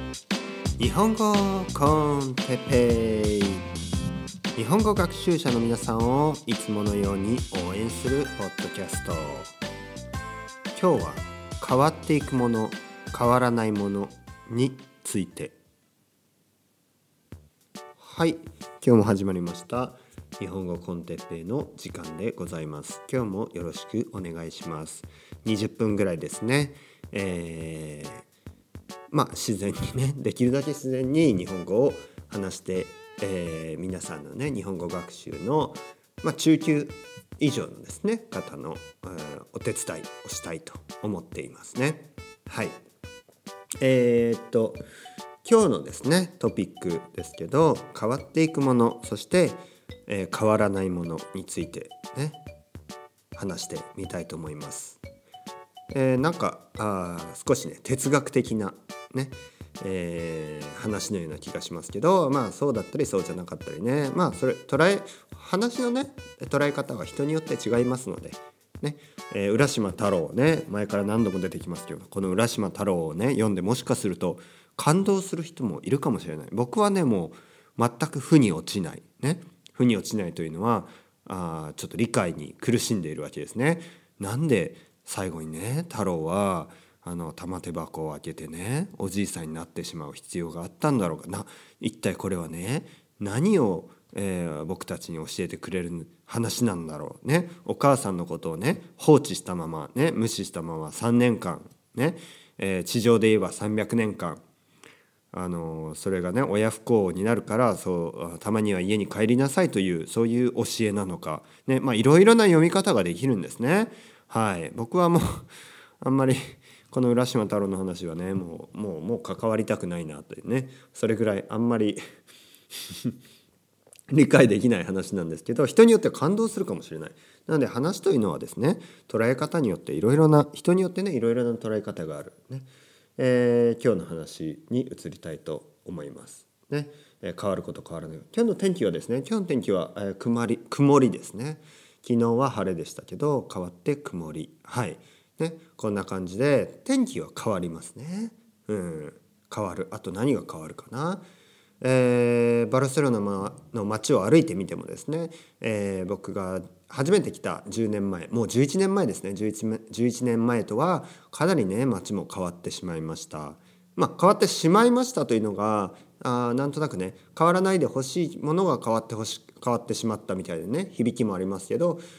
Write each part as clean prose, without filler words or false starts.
日本語コンテペイ。日本語学習者の皆さんをいつものように応援するポッドキャスト。今日は変わっていくもの、変わらないものについて。はい、今日も始まりました日本語コンテペイの時間でございます。今日もよろしくお願いします。20分ぐらいですね。自然にね、できるだけ自然に日本語を話して、皆さんのね日本語学習の、中級以上のですね方の、お手伝いをしたいと思っていますね。はい。今日のですねトピックですけど、変わっていくもの、そして、変わらないものについてね話してみたいと思います。少しね哲学的なね、話のような気がしますけど、そうだったりそうじゃなかったりね、話のね捉え方は人によって違いますのでね、浦島太郎ね、前から何度も出てきますけど、この浦島太郎をね読んでもしかすると感動する人もいるかもしれない。僕はねもう全く腑に落ちないね。腑に落ちないというのはちょっと理解に苦しんでいるわけですね。なんで最後にね太郎は玉手箱を開けてねおじいさんになってしまう必要があったんだろうか。一体これはね何を、僕たちに教えてくれる話なんだろうね。お母さんのことをね放置したままね、無視したまま3年間ね、地上で言えば300年間それがね親不孝になるからたまには家に帰りなさいというそういう教えなのかね、いろいろな読み方ができるんですね。はい。僕はもうあんまりこの浦島太郎の話はねもう関わりたくないなというね、それぐらいあんまり理解できない話なんですけど、人によっては感動するかもしれない。なので話というのはですね、捉え方によっていろいろな人によってねいろいろな捉え方があるね。今日の話に移りたいと思いますね。変わること変わらない。今日の天気はですね、今日の天気は、曇りですね。昨日は晴れでしたけど変わって曇り。はいね、こんな感じで天気は変わりますね。変わる。あと何が変わるかな。バルセロナの街を歩いてみてもですね、僕が初めて来た10年前、もう11年前ですね。11年前とはかなりね街も変わってしまいました。変わってしまいましたというのがなんとなくね、変わらないでほしいものが変わってしまったみたいなね響きもありますけど、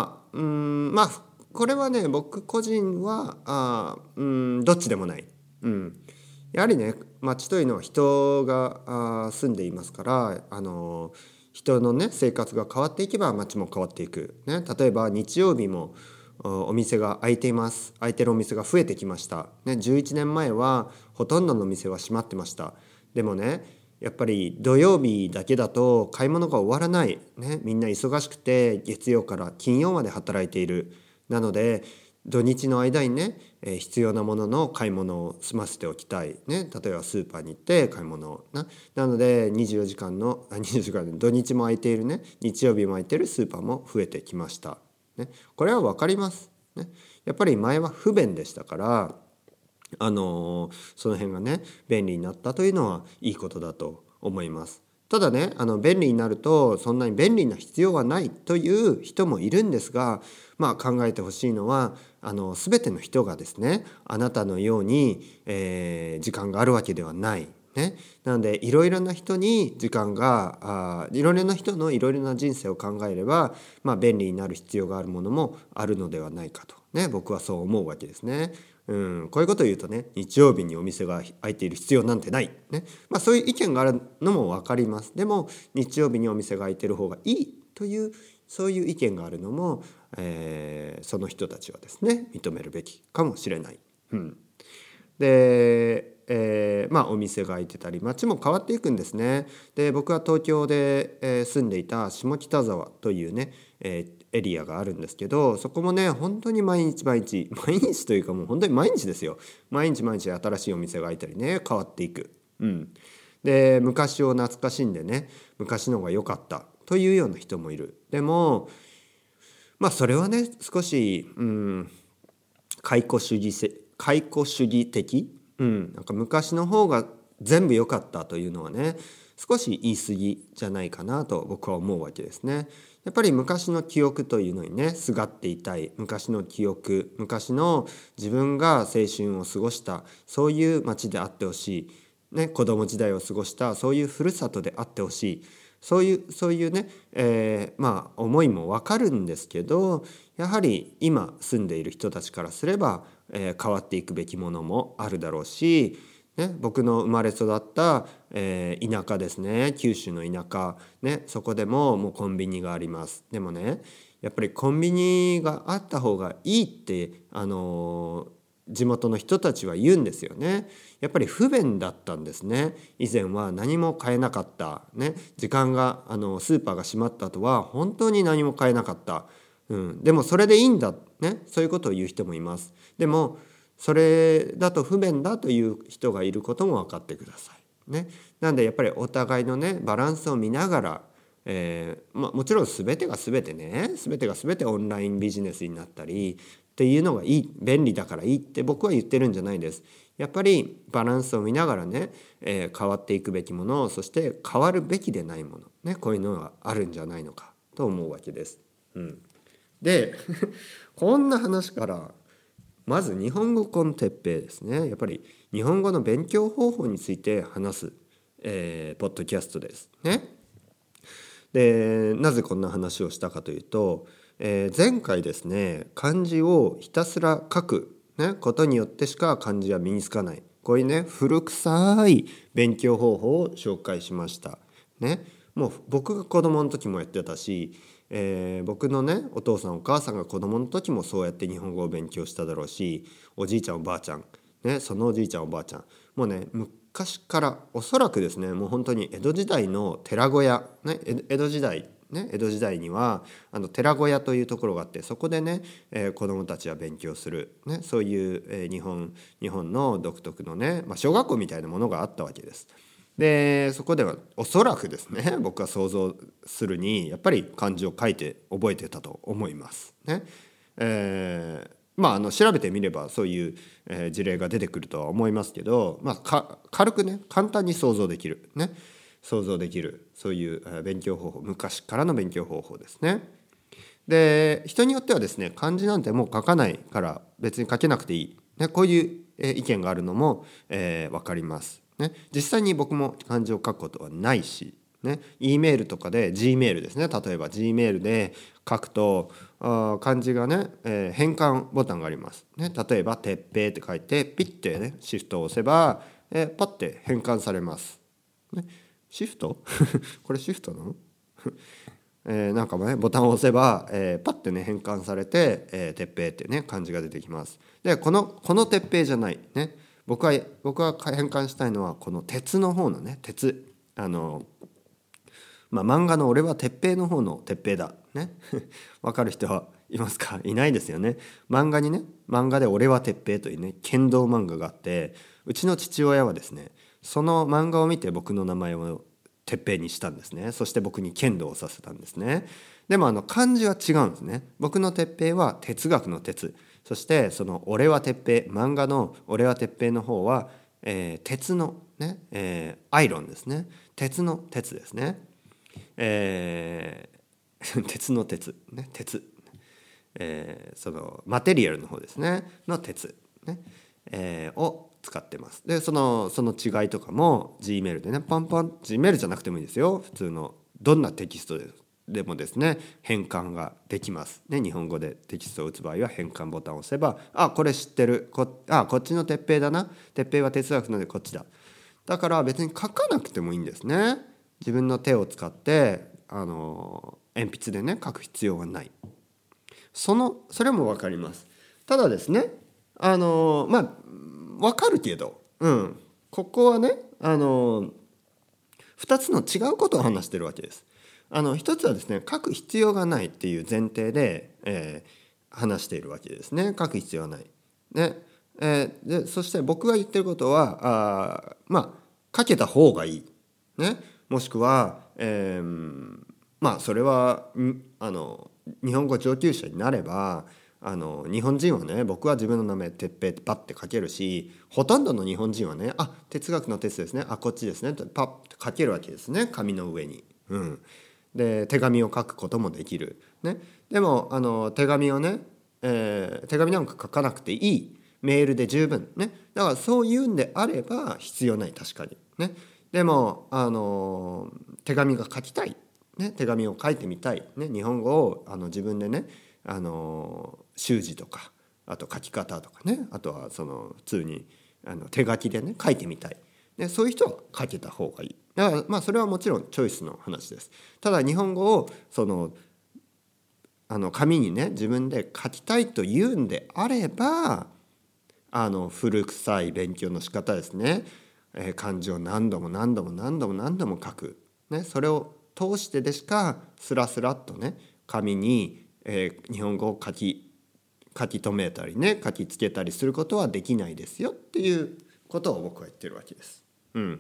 これはね僕個人はどっちでもない。やはりね街というのは人が住んでいますから、人のね生活が変わっていけば街も変わっていく、ね、例えば日曜日もお店が開いています。開いてるお店が増えてきました、ね、11年前はほとんどの店は閉まってました。でもねやっぱり土曜日だけだと買い物が終わらない、ね、みんな忙しくて月曜から金曜まで働いている。なので土日の間にね、必要なものの買い物を済ませておきたい、ね、例えばスーパーに行って買い物をなので24時間の土日も空いているね、日曜日も空いているスーパーも増えてきました、ね、これは分かります、ね、やっぱり前は不便でしたからその辺がね便利になったというのはいいことだと思います。ただね便利になるとそんなに便利な必要はないという人もいるんですが、考えてほしいのは全ての人がですねあなたのように、時間があるわけではない。ね、なのでいろいろな人に時間がいろいろな人のいろいろな人生を考えれば、便利になる必要があるものもあるのではないかと、ね、僕はそう思うわけですね。こういうことを言うとね、日曜日にお店が開いている必要なんてない、ね、そういう意見があるのも分かります。でも日曜日にお店が開いている方がいいというそういう意見があるのも、その人たちはですね認めるべきかもしれない。で、お店が開いてたり街も変わっていくんですね。で僕は東京で、住んでいた下北沢というね、エリアがあるんですけど、そこもね本当に毎日というかもう本当に毎日ですよ。毎日新しいお店が開いたりね変わっていく。で昔を懐かしんでね昔の方が良かったというような人もいる。でもそれはね少し解雇主義的、なんか昔の方が全部良かったというのはね、少し言い過ぎじゃないかなと僕は思うわけですね。やっぱり昔の記憶というのにねすがっていたい。昔の記憶、昔の自分が青春を過ごしたそういう街であってほしい、ね、子供時代を過ごしたそういうふるさとであってほしい。そういうね、思いもわかるんですけど、やはり今住んでいる人たちからすれば、変わっていくべきものもあるだろうし、ね、僕の生まれ育った、田舎ですね、九州の田舎、ね、そこでもうコンビニがあります。でもね、やっぱりコンビニがあった方がいいって、地元の人たちは言うんですよね。やっぱり不便だったんですね。以前は何も買えなかった、ね、時間がスーパーが閉まった後は本当に何も買えなかった、でもそれでいいんだ、ね、そういうことを言う人もいます。でもそれだと不便だという人がいることも分かってください。ね、なんでやっぱりお互いのねバランスを見ながら、もちろん全てが全てね全てが全てオンラインビジネスになったりっていうのがいい、便利だからいいって僕は言ってるんじゃないです。やっぱりバランスを見ながらね、変わっていくべきもの、そして変わるべきでないもの、ね、こういうのがあるんじゃないのかと思うわけです。でこんな話からまず日本語コンテッペイですね。やっぱり日本語の勉強方法について話す、ポッドキャストですね。でなぜこんな話をしたかというと、前回ですね漢字をひたすら書く、ね、ことによってしか漢字は身につかない、こういうね古臭い勉強方法を紹介しました。ね、もう僕が子供の時もやってたし、僕のねお父さんお母さんが子供の時もそうやって日本語を勉強しただろうし、おじいちゃんおばあちゃん、ね、そのおじいちゃんおばあちゃんもうね昔からおそらくですねもう本当に江戸時代の寺子屋、ね、江戸時代には寺子屋というところがあって、そこでね、子どもたちは勉強する、ね、そういう、日本の独特のね、小学校みたいなものがあったわけです。でそこではおそらくですね僕は想像するにやっぱり漢字を書いて覚えてたと思いますね。調べてみればそういう、事例が出てくるとは思いますけど、軽くね簡単に想像できるね、想像できるそういう勉強方法、昔からの勉強方法ですね。で人によってはですね漢字なんてもう書かないから別に書けなくていい、ね、こういう意見があるのも、分かりますね。実際に僕も漢字を書くことはないし、ね、E メールとかで G メールですね、例えば G メールで書くと漢字がね、変換ボタンがあります、ね、例えば「てっぺい」って書いてピッてねシフトを押せば、パッて変換されます、ね、シフトこれシフトなのなんかもねボタンを押せば、パッてね変換されて「てっぺい」ってね漢字が出てきます。でこのてっぺいじゃないね、僕は変換したいのはこの鉄の方のね鉄、漫画の俺は鉄平の方の鉄平だねわかる人はいますか？いないですよね。漫画で俺は鉄平というね剣道漫画があって、うちの父親はですねその漫画を見て僕の名前を鉄平にしたんですね。そして僕に剣道をさせたんですね。でも漢字は違うんですね。僕の鉄平は哲学の哲、そしてその俺は鉄平、漫画の俺は鉄平の方は、鉄のね、アイロンですね。鉄の鉄ですね。鉄の鉄ね、鉄、そのマテリアルの方ですねの鉄ね、を使ってます。でその違いとかも G メールでねパンパン G メールじゃなくてもいいですよ。普通のどんなテキストでもですね変換ができますね。日本語でテキストを打つ場合は変換ボタンを押せば、これ知ってる、こっちの鉄平だな、鉄平は哲学なのでこっちだ。だから別に書かなくてもいいんですね。自分の手を使って鉛筆でね書く必要はない。それも分かります。ただですね分かるけど、ここはね2つの違うことを話してるわけです。一つはですね書く必要がないっていう前提で、話しているわけですね。書く必要はない、ねでそして僕が言ってることは書けた方がいい、ね、もしくは、それは日本語上級者になれば日本人はね、僕は自分の名前哲平ってパッて書けるし、ほとんどの日本人はね、哲学の哲ですね、こっちですねってパッて書けるわけですね、紙の上に。で手紙を書くこともできる、ね、でも手紙をね、手紙なんか書かなくていい、メールで十分ね。だからそういうんであれば必要ない、確かにね。でも手紙が書きたい、ね、手紙を書いてみたい、ね、日本語を自分でね、習字とか、あと書き方とかね、あとはその普通に手書きでね書いてみたい、ね、そういう人は書けた方がいい。だからそれはもちろんチョイスの話です。ただ日本語を紙にね自分で書きたいというんであれば、古臭い勉強の仕方ですね、漢字を何度も何度も何度も何度も書く、ね、それを通してでしかスラスラっとね紙に、日本語を書き留めたりね、書きつけたりすることはできないですよっていうことを僕は言ってるわけです。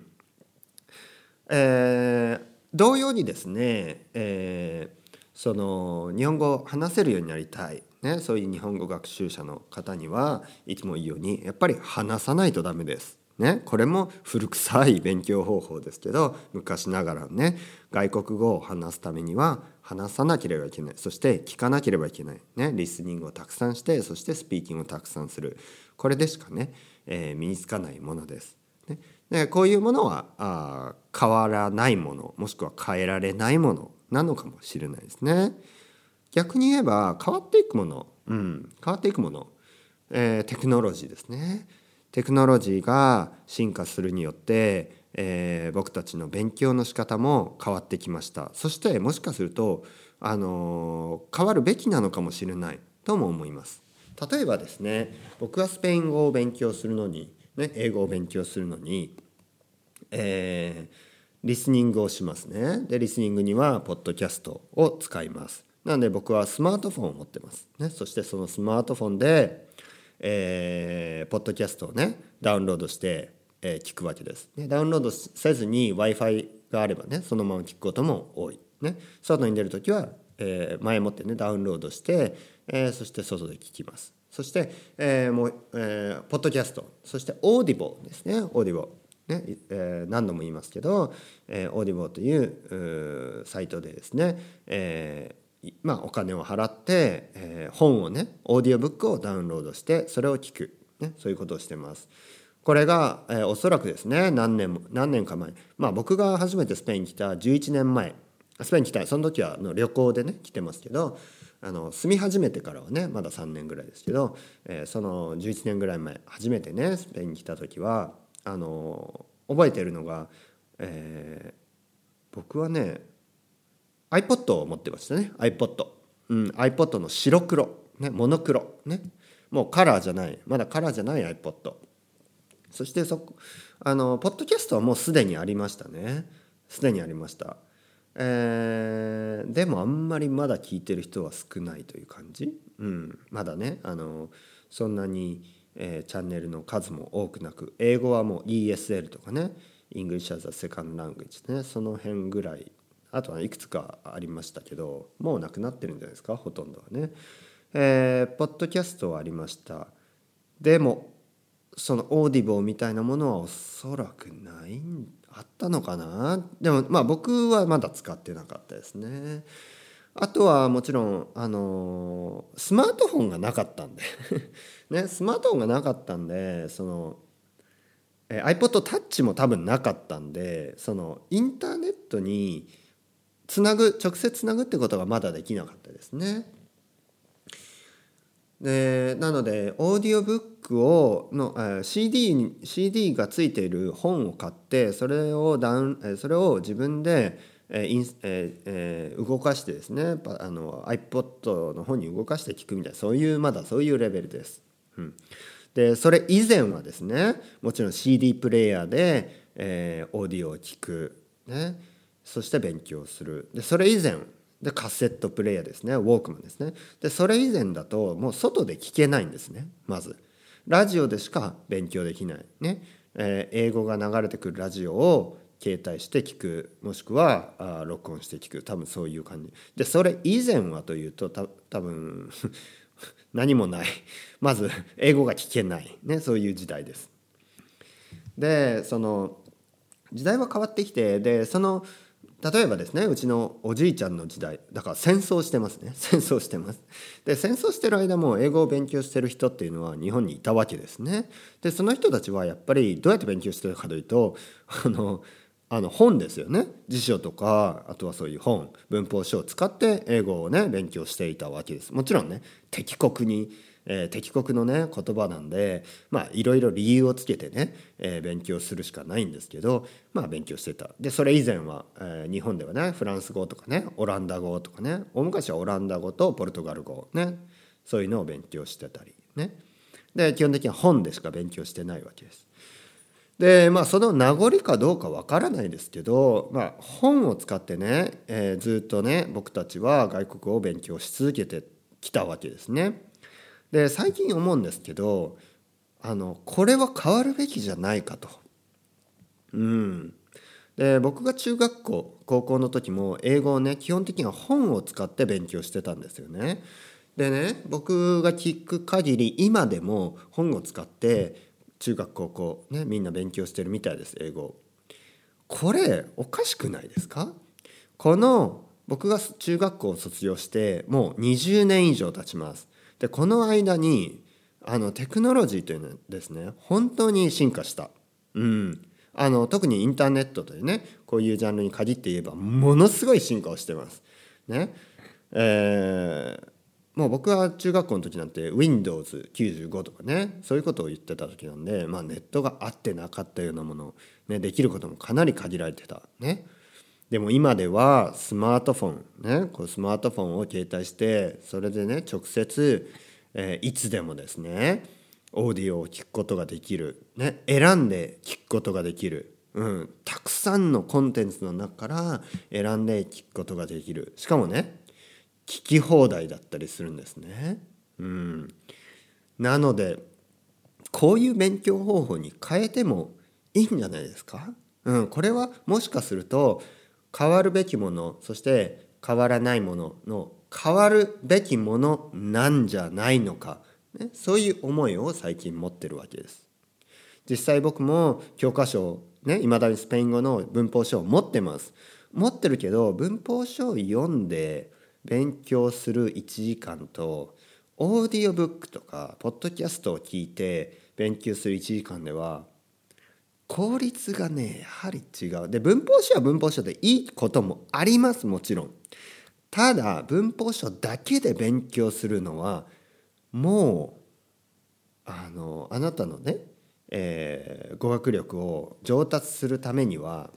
同様にですね、その日本語を話せるようになりたい、ね、そういう日本語学習者の方にはいつも言うようにやっぱり話さないとダメです。ね、これも古臭い勉強方法ですけど、昔ながらね外国語を話すためには話さなければいけない、そして聞かなければいけない、ね、リスニングをたくさんして、そしてスピーキングをたくさんする、これでしかね、身につかないものです。でこういうものは変わらないもの、もしくは変えられないものなのかもしれないですね。逆に言えば変わっていくもの、変わっていくもの、テクノロジーですね。テクノロジーが進化するによって、僕たちの勉強の仕方も変わってきました。そしてもしかすると、変わるべきなのかもしれないとも思います。例えばですね、僕はスペイン語を勉強するのに、ね、英語を勉強するのに、リスニングをしますね。でリスニングにはポッドキャストを使います。なので僕はスマートフォンを持ってます、ね、そしてそのスマートフォンで、ポッドキャストをねダウンロードして、聞くわけです、ね、ダウンロードせずに Wi-Fi があればねそのまま聞くことも多い、ね、外に出るときは、前もってねダウンロードして、そして外で聞きます。そして、ポッドキャスト、そしてオーディボですね、オーディボね、何度も言いますけど、オーディボというサイトでですね、お金を払って、本をねオーディオブックをダウンロードしてそれを聞く、ね、そういうことをしてます。これが、おそらくですね何年か前、僕が初めてスペイン来た11年前、スペイン来たその時は旅行でね来てますけど、住み始めてからはねまだ3年ぐらいですけど、その11年ぐらい前初めてねスペインに来た時は覚えているのが、僕はね iPod を持ってましたね。 iPod、の白黒、ね、モノクロ、ね、もうカラーじゃない、まだカラーじゃない iPod。 そしてポッドキャストはもうすでにありましたね。すでにありました。でもあんまりまだ聞いてる人は少ないという感じ、まだねそんなに、チャンネルの数も多くなく、英語はもう ESL とかね、English as a Second Language ね、その辺ぐらい、あとはいくつかありましたけどもうなくなってるんじゃないですか、ほとんどはね。ポッドキャストはありました。でもそのオーディボみたいなものはおそらくないあったのかな。でも僕はまだ使ってなかったですね。あとはもちろんスマートフォンがなかったんでね、スマートフォンがなかったんでiPod Touch も多分なかったんで、そのインターネットに直接つなぐってことがまだできなかったですね。でなのでオーディオブックCD がついている本を買って、それを自分で動かしてですね、iPod の方に動かして聞くみたいな、まだそういうレベルです。でそれ以前はですね、もちろん CD プレイヤーで、オーディオを聞く、ね、そして勉強する。でそれ以前でカセットプレイヤーですね、ウォークマンですね。でそれ以前だともう外で聞けないんですね。まずラジオでしか勉強できないね、英語が流れてくるラジオを携帯して聞く、もしくは録音して聞く、多分そういう感じで、それ以前はというと多分何もない。まず英語が聞けない、ね、そういう時代です。でその時代は変わってきて、で例えばですね、うちのおじいちゃんの時代だから戦争してますね。戦争してます。で戦争してる間も英語を勉強してる人っていうのは日本にいたわけですね。でその人たちはやっぱりどうやって勉強してるかというと本ですよね。辞書とかあとはそういう本、文法書を使って英語をね勉強していたわけです。もちろんね敵国のね言葉なんでいろいろ理由をつけてね、勉強するしかないんですけど勉強してた。でそれ以前は、日本ではねフランス語とかねオランダ語とかね、大昔はオランダ語とポルトガル語ね、そういうのを勉強してたりね。で基本的には本でしか勉強してないわけです。でその名残かどうかわからないですけど、本を使ってね、ずっとね僕たちは外国語を勉強し続けてきたわけですね。で最近思うんですけどこれは変わるべきじゃないかと。で僕が中学校高校の時も英語をね基本的には本を使って勉強してたんですよね。でね僕が聞く限り今でも本を使って中学高校ねみんな勉強してるみたいです、英語。これおかしくないですか？僕が中学校を卒業してもう20年以上経ちます。でこの間にテクノロジーというのはですね本当に進化した。特にインターネットというねこういうジャンルに限って言えばものすごい進化をしてますね。もう僕は中学校の時なんて Windows95 とかねそういうことを言ってた時なんで、ネットがあってなかったようなもの、ね、できることもかなり限られてたね。でも今ではスマートフォンね、スマートフォンを携帯してそれでね直接、いつでもですねオーディオを聞くことができる、ね、選んで聞くことができる、たくさんのコンテンツの中から選んで聞くことができる。しかもね聞き放題だったりするんですね。なのでこういう勉強方法に変えてもいいんじゃないですか。これはもしかすると変わるべきもの、そして変わらないものの変わるべきものなんじゃないのか、ね、そういう思いを最近持ってるわけです。実際僕も教科書ね、未だにスペイン語の文法書を持ってます。持ってるけど文法書を読んで勉強する1時間とオーディオブックとかポッドキャストを聞いて勉強する1時間では効率がねやはり違う。で文法書は文法書でいいこともあります、もちろん。ただ文法書だけで勉強するのはもうあなたのね、語学力を上達するためには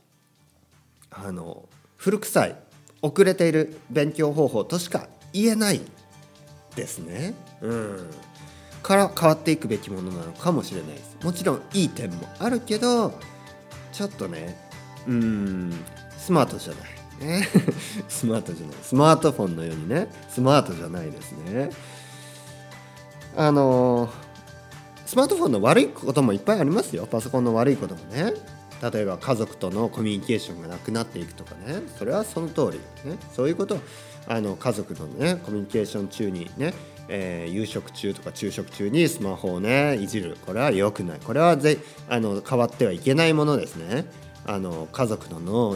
古臭い遅れている勉強方法としか言えないですね。から変わっていくべきものなのかもしれないです。もちろんいい点もあるけどちょっとねスマートじゃないねスマートじゃない、スマートフォンのようにねスマートじゃないですね。スマートフォンの悪いこともいっぱいありますよ。パソコンの悪いこともね、例えば家族とのコミュニケーションがなくなっていくとかね、それはその通り、ね、そういうこと家族のねコミュニケーション中にね、夕食中とか昼食中にスマホをねいじる、これは良くない。これは変わってはいけないものですね。家族との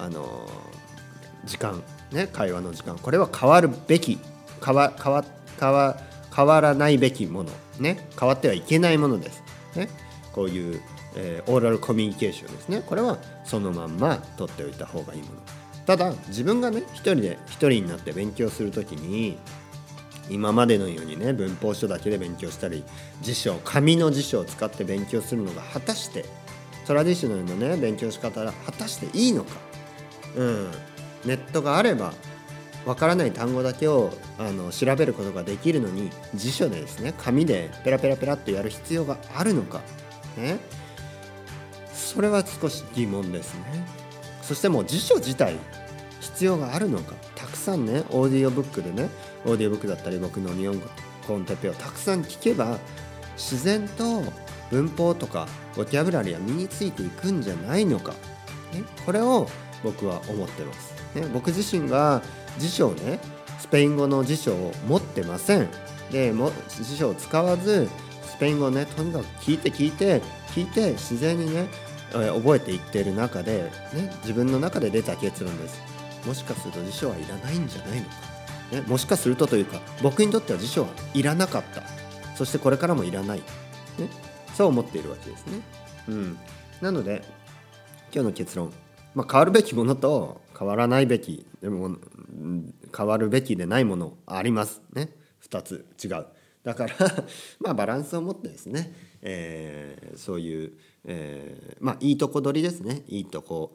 時間ね、会話の時間、これは変わるべき変わらないべきものね、変わってはいけないものですね。こういうオーラルコミュニケーションですね。これはそのまんま取っておいた方がいいもの。ただ自分がね一人になって勉強するときに今までのようにね文法書だけで勉強したり紙の辞書を使って勉強するのが果たしてトラディショナルのね勉強仕方が果たしていいのか。ネットがあればわからない単語だけを調べることができるのに辞書でですね紙でペラペラペラってやる必要があるのかね、それは少し疑問ですね。そしてもう辞書自体必要があるのか。たくさんねオーディオブックでねオーディオブックだったり僕の日本語コンテッペをたくさん聞けば自然と文法とかボキャブラリーは身についていくんじゃないのか、ね、これを僕は思ってます、ね、僕自身が辞書をねスペイン語の辞書を持ってません。 でも辞書を使わずスペイン語をねとにかく聞いて自然にね、覚えていっている中で、ね、自分の中で出た結論です。もしかすると辞書はいらないんじゃないのか、ね、もしかするとというか僕にとっては辞書はいらなかった、そしてこれからもいらない、ね、そう思っているわけですね。なので今日の結論、変わるべきものと変わらないべきでも変わるべきでないものありますね。2つ違う。だからバランスを持ってですね、そういう、いいとこ取りですね。いいとこ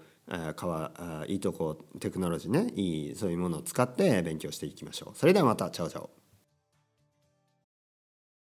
いいとこテクノロジーね、そういうものを使って勉強していきましょう。それではまた、チャオチャオ。